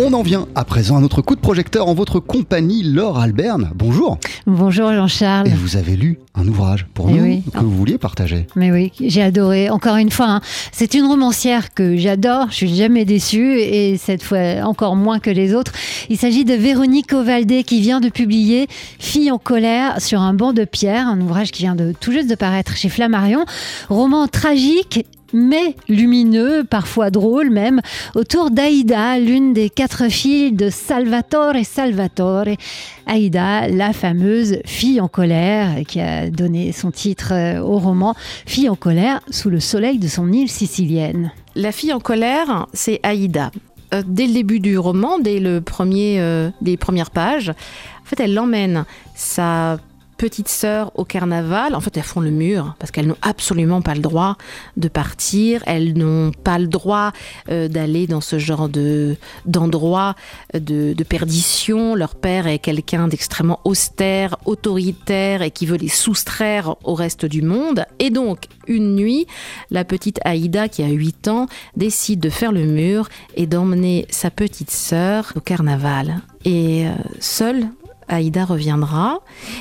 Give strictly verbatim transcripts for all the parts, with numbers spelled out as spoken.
On en vient à présent à notre coup de projecteur en votre compagnie, Laure Alberne. Bonjour. Bonjour Jean-Charles. Et vous avez lu un ouvrage pour Eh nous oui. que vous vouliez partager. Mais oui, j'ai adoré. Encore une fois, hein, c'est une romancière que j'adore. Je suis jamais déçue et cette fois encore moins que les autres. Il s'agit de Véronique Ovaldé qui vient de publier Fille en colère sur un banc de pierre, un ouvrage qui vient de tout juste de paraître chez Flammarion. Roman tragique mais lumineux, parfois drôle même, autour d'Aïda, l'une des quatre filles de Salvatore Salvatore. Aïda, la fameuse fille en colère, qui a donné son titre au roman, Fille en colère sous le soleil de son île sicilienne. La fille en colère, c'est Aïda. Euh, dès le début du roman, dès le premier, euh, les premières pages, en fait, elle emmène sa petite sœur au carnaval. En fait, elles font le mur parce qu'elles n'ont absolument pas le droit de partir. Elles n'ont pas le droit euh, d'aller dans ce genre de, d'endroit de, de perdition. Leur père est quelqu'un d'extrêmement austère, autoritaire et qui veut les soustraire au reste du monde. Et donc, une nuit, la petite Aïda, qui a huit ans, décide de faire le mur et d'emmener sa petite sœur au carnaval. Et euh, seule, Aïda reviendra.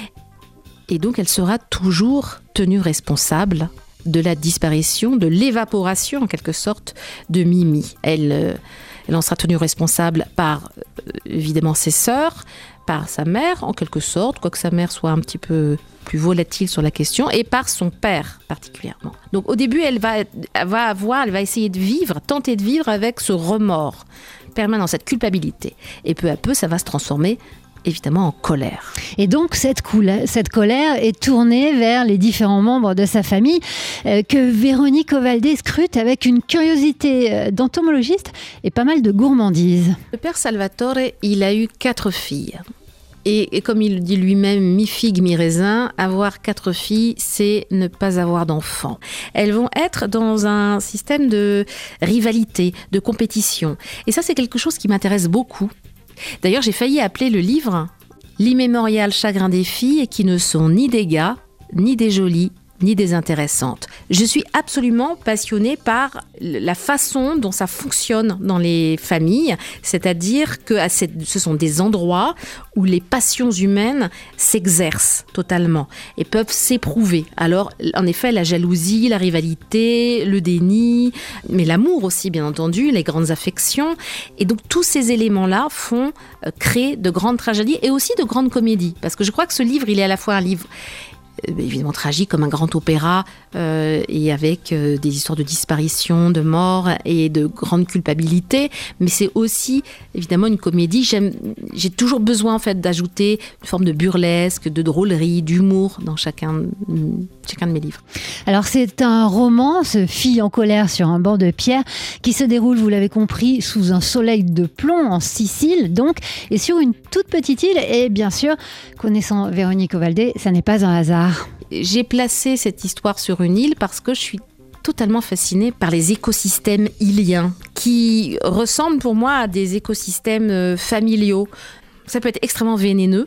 Et donc, elle sera toujours tenue responsable de la disparition, de l'évaporation, en quelque sorte, de Mimi. Elle, euh, elle en sera tenue responsable par, euh, évidemment, ses sœurs, par sa mère, en quelque sorte, quoique sa mère soit un petit peu plus volatile sur la question, et par son père, particulièrement. Donc, au début, elle va, elle va avoir, elle va essayer de vivre, tenter de vivre avec ce remords permanent, cette culpabilité. Et peu à peu, ça va se transformer évidemment en colère. Et donc cette, coula- cette colère est tournée vers les différents membres de sa famille euh, que Véronique Ovaldé scrute avec une curiosité euh, d'entomologiste et pas mal de gourmandise. Le père Salvatore, il a eu quatre filles. Et, et comme il le dit lui-même, mi-figue, mi-raisin, avoir quatre filles, c'est ne pas avoir d'enfants. Elles vont être dans un système de rivalité, de compétition. Et ça, c'est quelque chose qui m'intéresse beaucoup. D'ailleurs, j'ai failli appeler le livre « L'immémorial chagrin des filles qui ne sont ni des gars, ni des jolies, ni des intéressantes ». Je suis absolument passionnée par la façon dont ça fonctionne dans les familles, c'est-à-dire que ce sont des endroits où les passions humaines s'exercent totalement et peuvent s'éprouver. Alors, en effet, la jalousie, la rivalité, le déni, mais l'amour aussi, bien entendu, les grandes affections. Et donc, tous ces éléments-là font euh, créer de grandes tragédies et aussi de grandes comédies. Parce que je crois que ce livre, il est à la fois un livre évidemment tragique comme un grand opéra euh, et avec euh, des histoires de disparition, de mort et de grande culpabilité, mais c'est aussi évidemment une comédie. J'aime, j'ai toujours besoin en fait d'ajouter une forme de burlesque, de drôlerie, d'humour dans chacun, chacun de mes livres. Alors c'est un roman, ce Fille en colère sur un banc de pierre, qui se déroule, vous l'avez compris, sous un soleil de plomb en Sicile donc, et sur une toute petite île. Et bien sûr, connaissant Véronique Ovaldé, ça n'est pas un hasard. J'ai placé cette histoire sur une île parce que je suis totalement fascinée par les écosystèmes îliens qui ressemblent pour moi à des écosystèmes familiaux. Ça peut être extrêmement vénéneux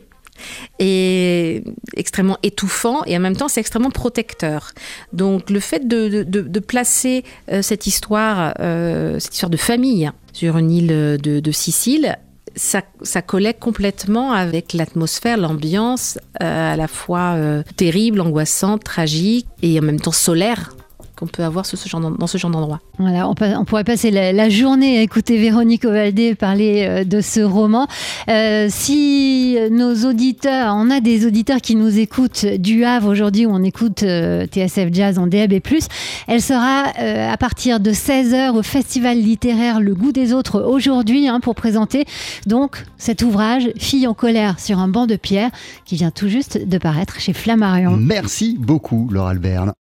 et extrêmement étouffant et en même temps c'est extrêmement protecteur. Donc le fait de, de, de placer euh, cette histoire, euh, cette histoire de famille sur une île de, de Sicile, Ça, ça collait complètement avec l'atmosphère, l'ambiance, euh, à la fois euh, terrible, angoissante, tragique et en même temps solaire qu'on peut avoir ce, ce genre, dans ce genre d'endroit. Voilà, on, on pourrait passer la, la journée à écouter Véronique Ovaldé parler euh, de ce roman. Euh, si nos auditeurs, on a des auditeurs qui nous écoutent du Havre aujourd'hui, où on écoute euh, T S F Jazz en D A B plus, elle sera euh, à partir de seize heures au Festival littéraire Le Goût des Autres aujourd'hui hein, pour présenter donc cet ouvrage Fille en colère sur un banc de pierre qui vient tout juste de paraître chez Flammarion. Merci beaucoup, Laure Alberne.